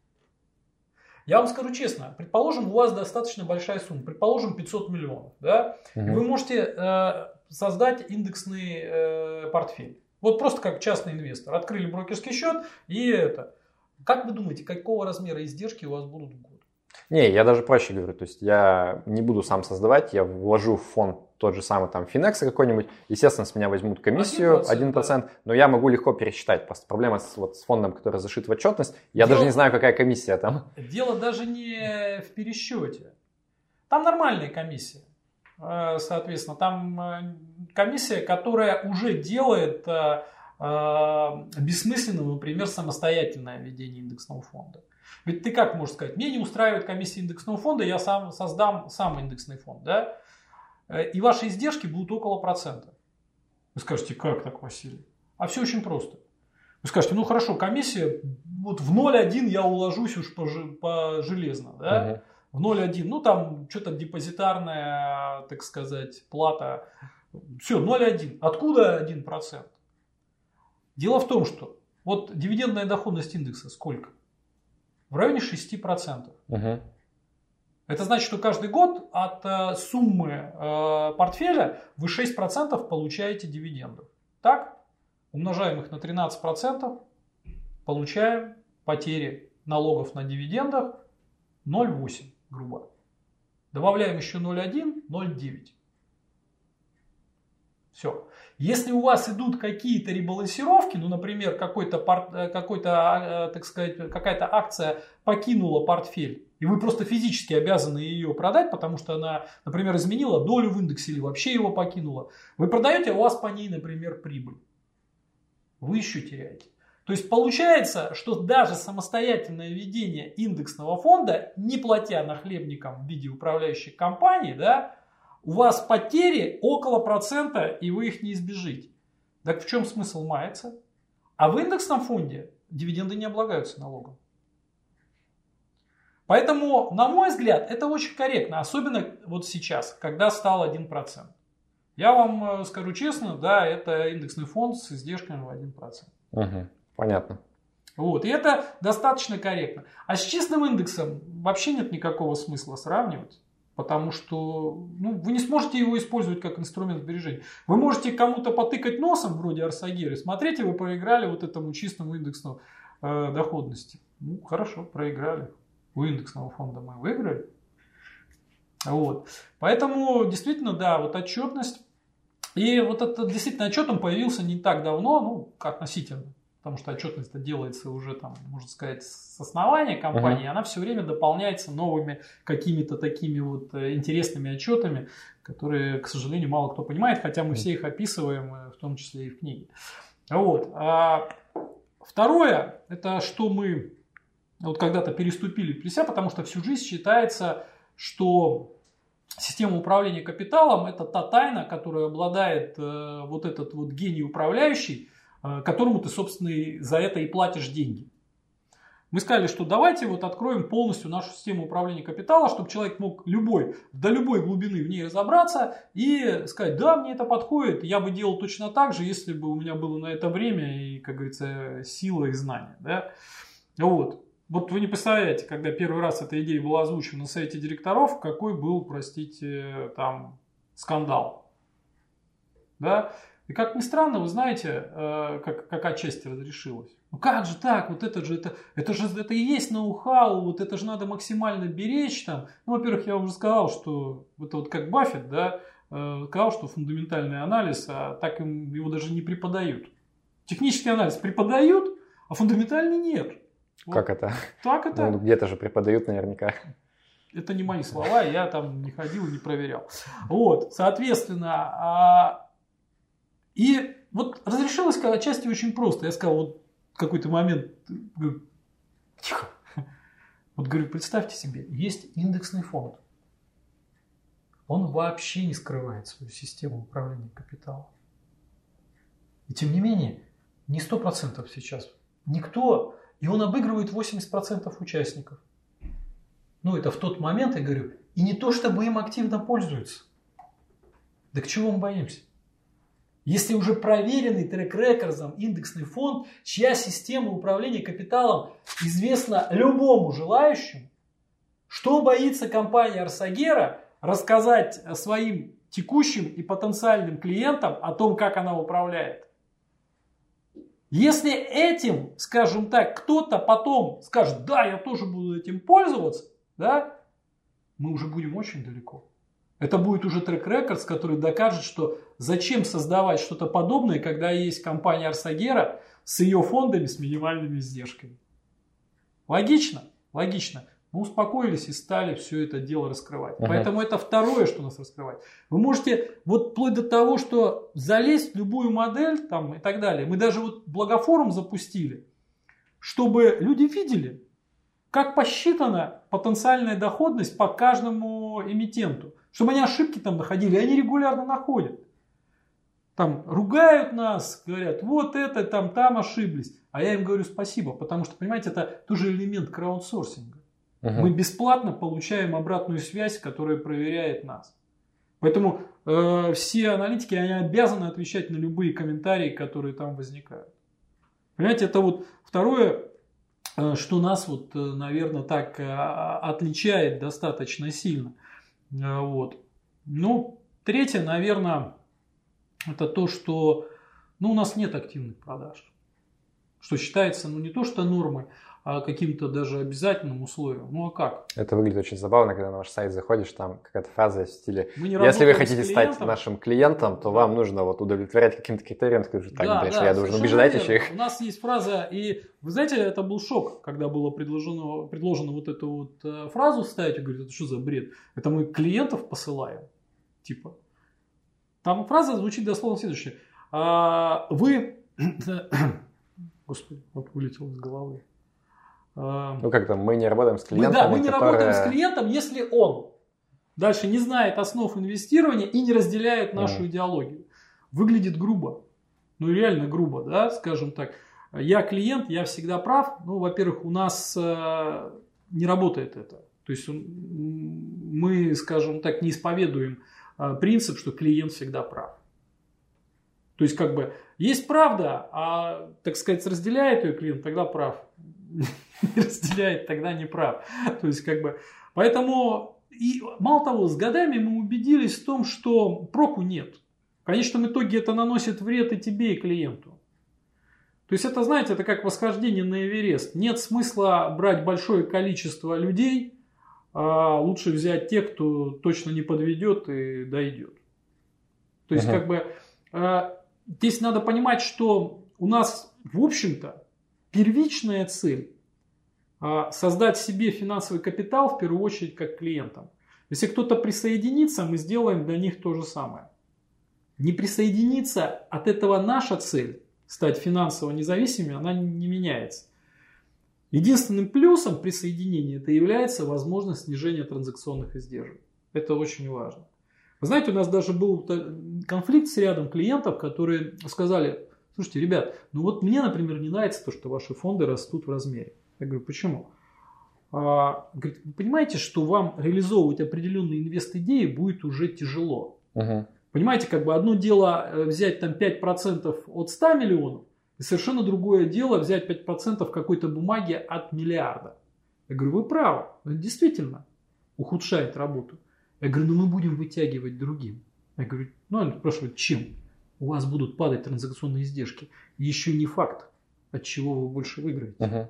Я вам скажу честно, предположим, у вас достаточно большая сумма, предположим, пятьсот миллионов, да? Угу. Вы можете э, создать индексный э, портфель. Вот просто как частный инвестор. Открыли брокерский счет и это. Как вы думаете, какого размера издержки у вас будут в год? Не, я даже проще говорю, то есть я не буду сам создавать, я вложу в фонд тот же самый там Finex какой-нибудь, естественно, с меня возьмут комиссию один процент, да. Но я могу легко пересчитать. Просто проблема с, вот, с фондом, который зашит в отчетность, я Дело... даже не знаю, какая комиссия там. Дело даже не в пересчете. Там нормальная комиссия. Соответственно, там комиссия, которая уже делает бессмысленным, например, самостоятельное ведение индексного фонда. Ведь ты как можешь сказать, мне не устраивает комиссия индексного фонда, я сам создам сам индексный фонд, да? И ваши издержки будут около процента. Вы скажете, как так, Василий? А все очень просто. Вы скажете, ну хорошо, комиссия, вот в ноль целых одна десятая я уложусь уж по, по железно, да? Угу. В ноль целых одна десятая, ну там что-то депозитарная, так сказать, плата. Все, ноль целых одна десятая. Откуда один процент? Дело в том, что вот дивидендная доходность индекса сколько? В районе шесть процентов. Угу. Это значит, что каждый год от э, суммы э, портфеля вы шесть процентов получаете дивидендов. Так? Умножаем их на тринадцать процентов, получаем потери налогов на дивидендах ноль целых восемь десятых, грубо. Добавляем еще ноль целых одна десятая, ноль целых девять десятых. Все. Если у вас идут какие-то ребалансировки, ну, например, какой-то, какой-то, так сказать, какая-то акция покинула портфель, и вы просто физически обязаны ее продать, потому что она, например, изменила долю в индексе или вообще его покинула, вы продаете, а у вас по ней, например, прибыль. Вы еще теряете. То есть получается, что даже самостоятельное ведение индексного фонда, не платя нахлебникам в виде управляющих компаний, да, у вас потери около процента, и вы их не избежите. Так в чем смысл маяться? А в индексном фонде дивиденды не облагаются налогом. Поэтому, на мой взгляд, это очень корректно. Особенно вот сейчас, когда стал один процент. Я вам скажу честно, да, это индексный фонд с издержками в один процент. Угу, понятно. Вот, и это достаточно корректно. А с чистым индексом вообще нет никакого смысла сравнивать. Потому что ну, вы не сможете его использовать как инструмент сбережения. Вы можете кому-то потыкать носом, вроде Арсагиры. Смотрите, вы проиграли вот этому чистому индексу э, доходности. Ну, хорошо, проиграли. У индексного фонда мы выиграли. Вот. Поэтому, действительно, да, вот отчетность. И вот этот действительно отчет, он появился не так давно, ну, относительно. Потому что отчетность делается уже, там, можно сказать, с основания компании, uh-huh. Она все время дополняется новыми какими-то такими вот интересными отчетами, которые, к сожалению, мало кто понимает, хотя мы все их описываем, в том числе и в книге. Вот. А второе, это что мы вот когда-то переступили при себя, потому что всю жизнь считается, что система управления капиталом – это та тайна, которая обладает э, вот этот вот гений управляющий, которому ты, собственно, и за это и платишь деньги. Мы сказали, что давайте вот откроем полностью нашу систему управления капитала, чтобы человек мог любой, до любой глубины в ней разобраться и сказать, да, мне это подходит, я бы делал точно так же, если бы у меня было на это время и, как говорится, сила и знания. Да? Вот. Вот вы не представляете, когда первый раз эта идея была озвучена на совете директоров, какой был, простите, там скандал. Да? И как ни странно, вы знаете, э, как, как отчасти разрешилось. Ну как же так, вот это же, это, это же это и есть ноу-хау, вот это же надо максимально беречь там. Ну, во-первых, я вам уже сказал, что это вот как Баффет, да, э, сказал, что фундаментальный анализ, а так им его даже не преподают. Технический анализ преподают, а фундаментальный нет. Как вот. Это? Так это. Ну, где-то же преподают наверняка. это не мои слова, я там не ходил, не проверял. Вот, соответственно, и вот разрешилось отчасти очень просто. Я сказал, вот в какой-то момент, тихо, вот говорю, представьте себе, есть индексный фонд. Он вообще не скрывает свою систему управления капиталом. И тем не менее, не сто процентов сейчас. Никто, и он обыгрывает восемьдесят процентов участников. Ну, это в тот момент, я говорю, и не то, чтобы им активно пользуются. Да к чему мы боимся? Если уже проверенный трек-рекордом индексный фонд, чья система управления капиталом известна любому желающему, что боится компания Арсагера рассказать своим текущим и потенциальным клиентам о том, как она управляет? Если этим, скажем так, кто-то потом скажет, да, я тоже буду этим пользоваться, да, мы уже будем очень далеко. Это будет уже трек-рекорд, который докажет, что зачем создавать что-то подобное, когда есть компания Арсагера с ее фондами с минимальными издержками. Логично? Логично. Мы успокоились и стали все это дело раскрывать. Uh-huh. Поэтому это второе, что нас раскрывает. Вы можете, вот вплоть до того, что залезть в любую модель там, и так далее. Мы даже вот благофорум запустили, чтобы люди видели, как посчитана потенциальная доходность по каждому эмитенту. Чтобы они ошибки там находили, и они регулярно находят. Там ругают нас, говорят, вот это, там, там ошиблись. А я им говорю спасибо, потому что, понимаете, это тоже элемент краудсорсинга. Угу. Мы бесплатно получаем обратную связь, которая проверяет нас. Поэтому э, все аналитики, они обязаны отвечать на любые комментарии, которые там возникают. Понимаете, это вот второе, э, что нас, вот, э, наверное, так э, отличает достаточно сильно. Э, вот. Ну, третье, наверное, это то, что ну, у нас нет активных продаж. Что считается, ну, не то что нормой, а каким-то даже обязательным условием. Ну а как? Это выглядит очень забавно, когда на ваш сайт заходишь, там какая-то фраза в стиле «Если вы хотите стать нашим клиентом, то вам нужно вот удовлетворять каким-то критериям». Ты скажешь, так, да, дальше да, я должен убеждать еще их. У нас есть фраза, и вы знаете, это был шок, когда было предложено, предложено вот эту вот э, фразу вставить. Я говорю, это что за бред? Это мы клиентов посылаем? Типа. Там фраза звучит дословно следующее. А, вы... Господи, вот вылетел из головы. Ну как там, мы не работаем с клиентом. Мы, да, мы не которые... работаем с клиентом, если он дальше не знает основ инвестирования и не разделяет нашу mm. идеологию. Выглядит грубо. Ну реально грубо, да, скажем так. Я клиент, я всегда прав. Ну, во-первых, у нас э, не работает это. То есть мы, скажем так, не исповедуем э, принцип, что клиент всегда прав. То есть как бы есть правда, а, так сказать, разделяет ее клиент, тогда прав. Не разделяет, тогда не прав. То есть как бы, поэтому, и мало того, с годами мы убедились в том, что проку нет. В конечном итоге это наносит вред и тебе, и клиенту. То есть это, знаете, это как восхождение на Эверест. Нет смысла брать большое количество людей, а лучше взять тех, кто точно не подведет и дойдет. То есть, uh-huh. как бы, здесь надо понимать, что у нас, в общем-то, первичная цель создать себе финансовый капитал, в первую очередь, как клиентам. Если кто-то присоединится, мы сделаем для них то же самое. Не присоединиться, от этого наша цель, стать финансово независимыми, она не меняется. Единственным плюсом присоединения это является возможность снижения транзакционных издержек. Это очень важно. Вы знаете, у нас даже был конфликт с рядом клиентов, которые сказали, слушайте, ребят, ну вот мне, например, не нравится то, что ваши фонды растут в размере. Я говорю, почему? А, говорит, вы понимаете, что вам реализовывать определенные инвест-идеи будет уже тяжело. Uh-huh. Понимаете, как бы одно дело взять там пять процентов от ста миллионов, и совершенно другое дело взять пять процентов какой-то бумаги от миллиарда. Я говорю, вы правы, это действительно ухудшает работу. Я говорю, ну мы будем вытягивать другим. Я говорю, ну они спрашивают, чем? У вас будут падать транзакционные издержки. Еще не факт, от чего вы больше выиграете. Uh-huh.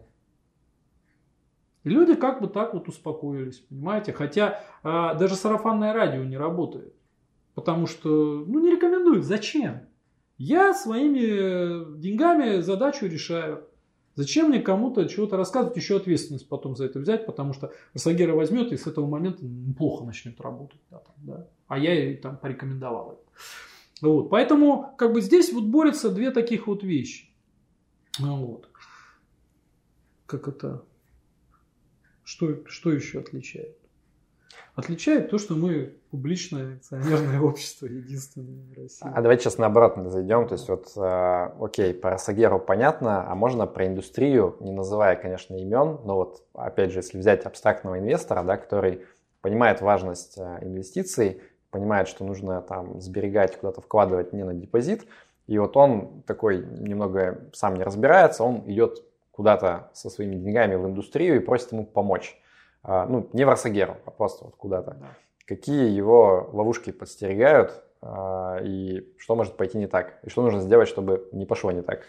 И люди как бы так вот успокоились, понимаете? Хотя а, даже сарафанное радио не работает. Потому что, ну не рекомендуют. Зачем? Я своими деньгами задачу решаю. Зачем мне кому-то чего-то рассказывать, еще ответственность потом за это взять, потому что Росагера возьмет и с этого момента плохо начнет работать. Да, там, да. А я ей там порекомендовал это. Вот. Поэтому как бы здесь вот борются две таких вот вещи. Вот. Как это? Что, что еще отличает? Отличает то, что мы публичное акционерное общество, единственное в России. А давайте сейчас наоборот зайдем. То есть вот, э, окей, про Росагеру понятно, а можно про индустрию, не называя, конечно, имен, но вот, опять же, если взять абстрактного инвестора, да, который понимает важность инвестиций, понимает, что нужно там сберегать, куда-то вкладывать не на депозит, и вот он такой немного сам не разбирается, он идет куда-то со своими деньгами в индустрию и просит ему помочь. Ну, не в Росагеру, а просто вот куда-то. Да. Какие его ловушки подстерегают и что может пойти не так? И что нужно сделать, чтобы не пошло не так?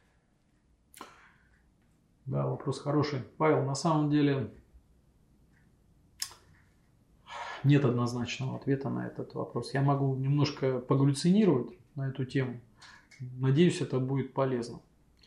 Да, вопрос хороший. Павел, на самом деле нет однозначного ответа на этот вопрос. Я могу немножко погаллюцинировать на эту тему. Надеюсь, это будет полезно.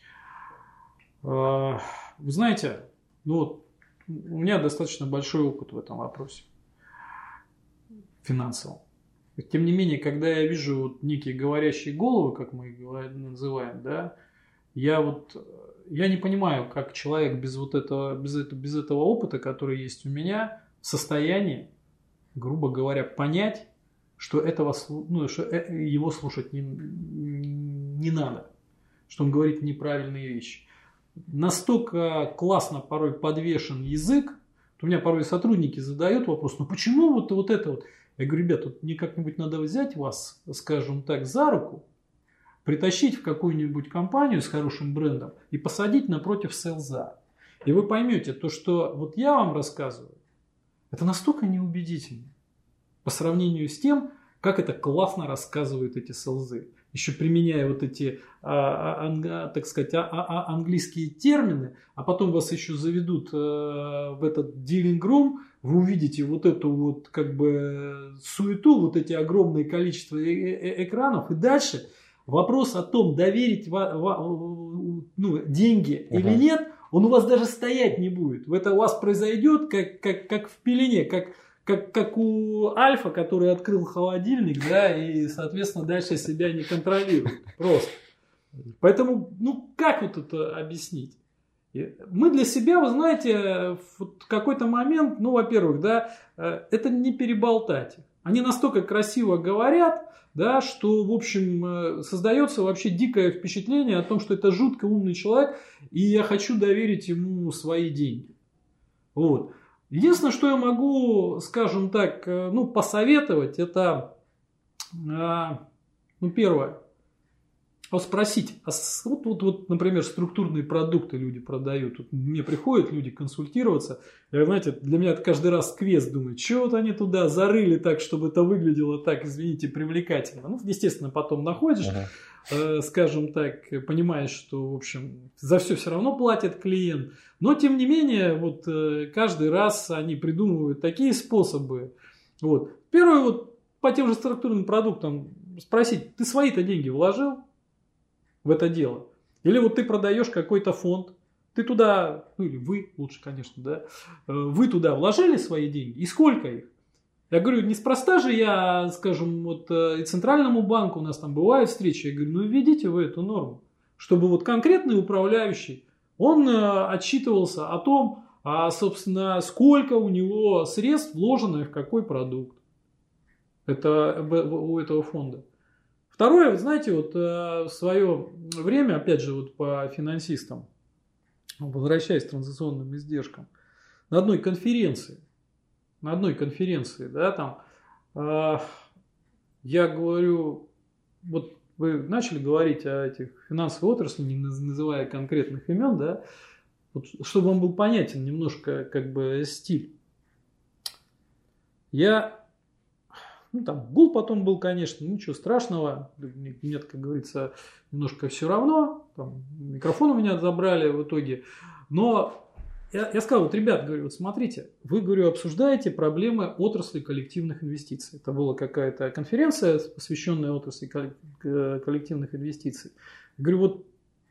Вы знаете, ну вот, у меня достаточно большой опыт в этом вопросе финансовом. Тем не менее, когда я вижу вот некие говорящие головы, как мы их называем, да, я вот я не понимаю, как человек без вот этого, без этого, без этого опыта, который есть у меня, в состоянии, грубо говоря, понять, что этого, ну, что его слушать не, не надо, что он говорит неправильные вещи. Настолько классно порой подвешен язык, то у меня порой сотрудники задают вопрос, ну почему вот, вот это вот? Я говорю, ребят, вот мне как-нибудь надо взять вас, скажем так, за руку, притащить в какую-нибудь компанию с хорошим брендом и посадить напротив селза. И вы поймете, то, что вот я вам рассказываю, это настолько неубедительно по сравнению с тем, как это классно рассказывают эти селзы. Еще применяя вот эти, а, а, так сказать, а, а, английские термины, а потом вас еще заведут а, в этот dealing room, вы увидите вот эту вот как бы суету, вот эти огромные количество э- э- экранов, и дальше вопрос о том, доверить ва- ва- ну, деньги uh-huh. или нет, он у вас даже стоять не будет. Это у вас произойдет как, как, как в пелене, как... Как, как у Альфа, который открыл холодильник, да, и, соответственно, дальше себя не контролирует. Просто. Поэтому, ну, как вот это объяснить? Мы для себя, вы знаете, в какой-то момент, ну, во-первых, да, это не переболтать. Они настолько красиво говорят, да, что, в общем, создается вообще дикое впечатление о том, что это жутко умный человек, и я хочу доверить ему свои деньги. Вот. Единственное, что я могу, скажем так, ну, посоветовать, это, ну, первое, вот спросить, а вот, вот, вот, например, структурные продукты люди продают, вот мне приходят люди консультироваться, и, знаете, для меня это каждый раз квест, думаю, что вот они туда зарыли так, чтобы это выглядело так, извините, привлекательно. Ну, естественно, потом находишь, uh-huh. э, скажем так, понимаешь, что, в общем, за все все равно платит клиент, но, тем не менее, вот э, каждый раз они придумывают такие способы. Вот. Первое, вот, по тем же структурным продуктам спросить, ты свои-то деньги вложил в это дело? Или вот ты продаешь какой-то фонд, ты туда, ну или вы, лучше, конечно, да, вы туда вложили свои деньги, и сколько их? Я говорю, неспроста же я, скажем, вот и Центральному банку, у нас там бывают встречи, я говорю, ну введите вы эту норму, чтобы вот конкретный управляющий, он отчитывался о том, а, собственно, сколько у него средств вложено в какой продукт это, у этого фонда. Второе, вот знаете, вот в свое время, опять же, вот по финансистам, возвращаясь к транзакционным издержкам, на одной конференции, на одной конференции, да, там, э, я говорю, вот вы начали говорить о этих финансовой отрасли, не называя конкретных имен, да, вот, чтобы вам был понятен немножко как бы стиль. Я Ну, там, гул потом был, конечно, ничего страшного. Нет, как говорится, немножко все равно. Там, микрофон у меня забрали в итоге. Но я, я сказал, вот, ребят, говорю, вот смотрите, вы, говорю, обсуждаете проблемы отрасли коллективных инвестиций. Это была какая-то конференция, посвященная отрасли коллективных инвестиций. Я говорю, вот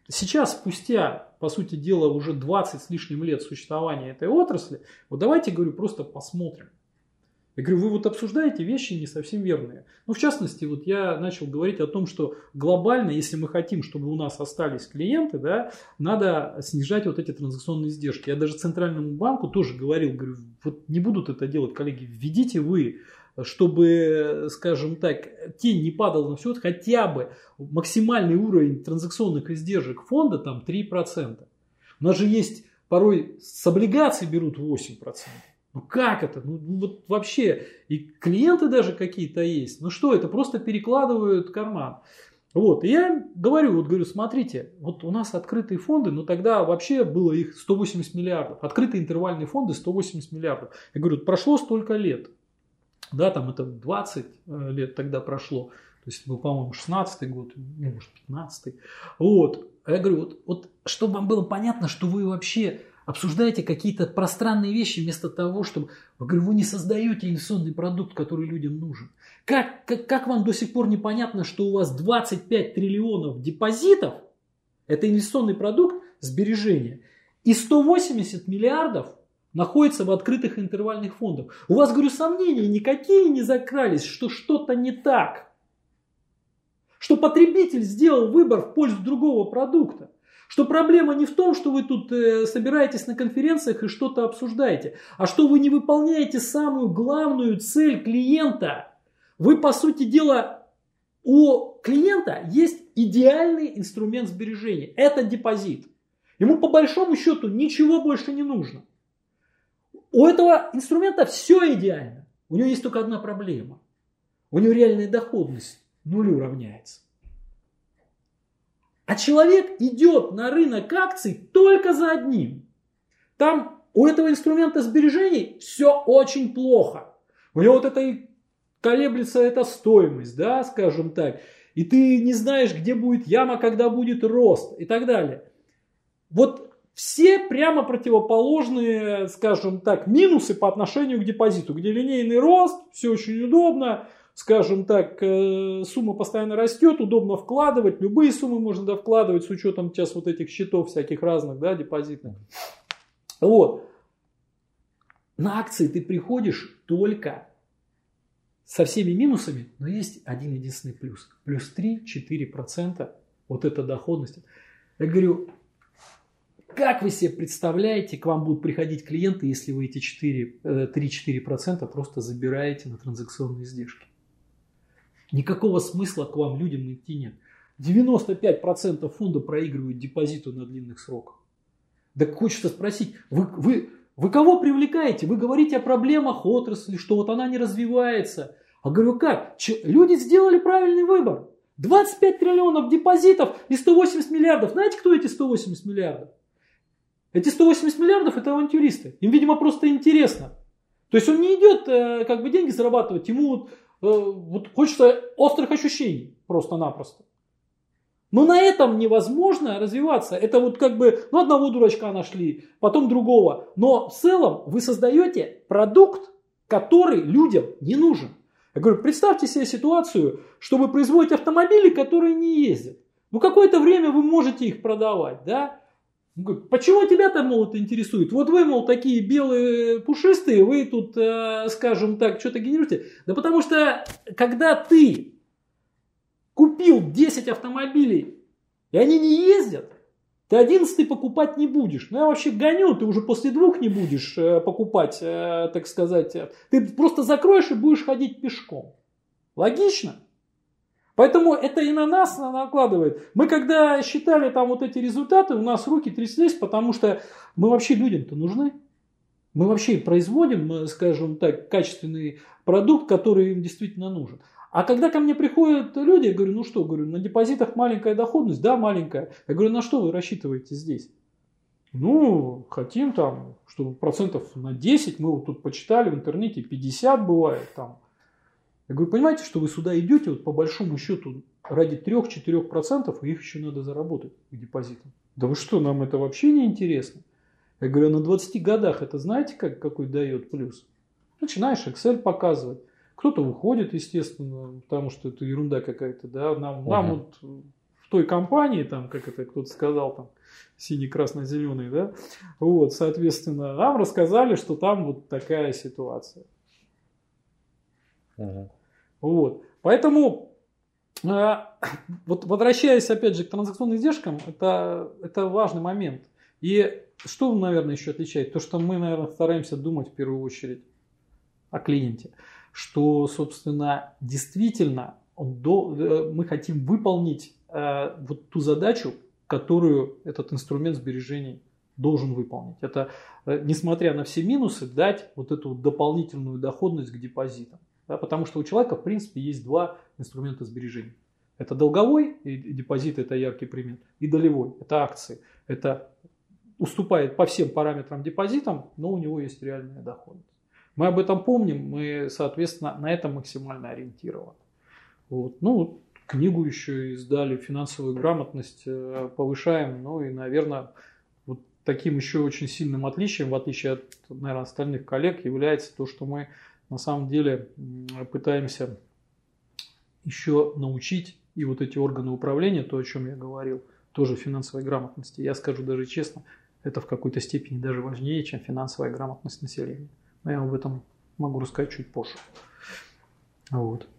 сейчас, спустя, по сути дела, уже двадцать с лишним лет существования этой отрасли, вот давайте, говорю, просто посмотрим. Я говорю, вы вот обсуждаете вещи не совсем верные. Ну, в частности, вот я начал говорить о том, что глобально, если мы хотим, чтобы у нас остались клиенты, да, надо снижать вот эти транзакционные издержки. Я даже Центральному банку тоже говорил, говорю, вот не будут это делать, коллеги, введите вы, чтобы, скажем так, тень не падала на все, хотя бы максимальный уровень транзакционных издержек фонда там три процента. У нас же есть порой с облигаций берут восемь процентов. Ну как это? Ну вот вообще, и клиенты даже какие-то есть. Ну что, это просто перекладывают в карман. Вот, и я говорю, вот говорю, смотрите, вот у нас открытые фонды, но тогда вообще было их сто восемьдесят миллиардов. Открытые интервальные фонды сто восемьдесят миллиардов. Я говорю, прошло столько лет. Да, там это двадцать лет тогда прошло. То есть, был, по-моему, шестнадцатый год, ну, может, пятнадцатый. Вот. А я говорю, вот, вот, чтобы вам было понятно, что вы вообще обсуждаете какие-то пространные вещи вместо того, чтобы... Я говорю, вы не создаете инвестиционный продукт, который людям нужен. Как, как, как вам до сих пор непонятно, что у вас двадцать пять триллионов депозитов, это инвестиционный продукт, сбережения, и сто восемьдесят миллиардов находится в открытых интервальных фондах. У вас, говорю, сомнений никакие не закрались, что что-то не так. Что потребитель сделал выбор в пользу другого продукта. Что проблема не в том, что вы тут э, собираетесь на конференциях и что-то обсуждаете, а что вы не выполняете самую главную цель клиента. Вы, по сути дела, у клиента есть идеальный инструмент сбережения. Это депозит. Ему по большому счету ничего больше не нужно. У этого инструмента все идеально. У него есть только одна проблема. У него реальная доходность нулю равняется. А человек идет на рынок акций только за одним. Там у этого инструмента сбережений все очень плохо. У него вот это и колеблется эта стоимость, да, скажем так. И ты не знаешь, где будет яма, когда будет рост и так далее. Вот все прямо противоположные, скажем так, минусы по отношению к депозиту. Где линейный рост, все очень удобно. Скажем так, сумма постоянно растет, удобно вкладывать. Любые суммы можно да, вкладывать с учетом сейчас вот этих счетов всяких разных, да, депозитных. Вот. На акции ты приходишь только со всеми минусами, но есть один единственный плюс. Плюс три-четыре процента вот эта доходность. Я говорю, как вы себе представляете, к вам будут приходить клиенты, если вы эти три-четыре процента просто забираете на транзакционные издержки? Никакого смысла к вам, людям, идти нет. девяносто пять процентов фонда проигрывают депозиту на длинных сроках. Так хочется спросить, вы, вы, вы кого привлекаете? Вы говорите о проблемах отрасли, что вот она не развивается. А говорю, как? Че, люди сделали правильный выбор. двадцать пять триллионов депозитов и сто восемьдесят миллиардов. Знаете, кто эти сто восемьдесят миллиардов? Эти сто восемьдесят миллиардов это авантюристы. Им, видимо, просто интересно. То есть он не идет э, как бы деньги зарабатывать, ему вот, э, вот хочется острых ощущений просто-напросто. Но на этом невозможно развиваться. Это вот как бы, ну одного дурачка нашли, потом другого. Но в целом вы создаете продукт, который людям не нужен. Я говорю, представьте себе ситуацию, что вы производите автомобили, которые не ездят. Ну какое-то время вы можете их продавать, да? Почему тебя-то, мол, это интересует? Вот вы, мол, такие белые пушистые, вы тут, э, скажем так, что-то генерируете. Да потому что, когда ты купил десять автомобилей, и они не ездят, ты одиннадцатый покупать не будешь. Ну, я вообще гоню, ты уже после двух не будешь э, покупать, э, так сказать. Ты просто закроешь и будешь ходить пешком. Логично? Поэтому это и на нас накладывает. Мы когда считали там вот эти результаты, у нас руки тряслись, потому что мы вообще людям-то нужны. Мы вообще производим, скажем так, качественный продукт, который им действительно нужен. А когда ко мне приходят люди, я говорю, ну что, говорю, на депозитах маленькая доходность, да, маленькая. Я говорю, на что вы рассчитываете здесь? Ну, хотим там, чтобы процентов на десять, мы вот тут почитали в интернете, пятьдесят бывает там. Я говорю, понимаете, что вы сюда идете, вот по большому счету, ради трех-четырех процентов, и их еще надо заработать к депозитам. Да вы что, нам это вообще не интересно? Я говорю, на двадцати годах это знаете, как, какой дает плюс? Начинаешь Excel показывать. Кто-то уходит, естественно, потому что это ерунда какая-то, да, нам, угу. нам вот в той компании, там, как это кто-то сказал, там, синий, красный, зеленый, да, вот, соответственно, нам рассказали, что там вот такая ситуация. Угу. Вот, поэтому, э, вот возвращаясь, опять же, к транзакционным издержкам, это, это важный момент. И что, наверное, еще отличает? То, что мы, наверное, стараемся думать в первую очередь о клиенте, что, собственно, действительно он до, мы хотим выполнить э, вот ту задачу, которую этот инструмент сбережений должен выполнить. Это, э, несмотря на все минусы, дать вот эту дополнительную доходность к депозитам. Да, потому что у человека, в принципе, есть два инструмента сбережений. Это долговой, и депозит – это яркий пример, и долевой – это акции. Это уступает по всем параметрам депозитам, но у него есть реальная доходность. Мы об этом помним, мы, соответственно, на этом максимально ориентированы. Вот. Ну, книгу еще издали, финансовую грамотность повышаем. Ну и, наверное, вот таким еще очень сильным отличием, в отличие от, наверное, остальных коллег, является то, что мы на самом деле пытаемся еще научить и вот эти органы управления, то, о чем я говорил, тоже финансовой грамотности. Я скажу даже честно, это в какой-то степени даже важнее, чем финансовая грамотность населения. Но я об этом могу рассказать чуть позже. Вот.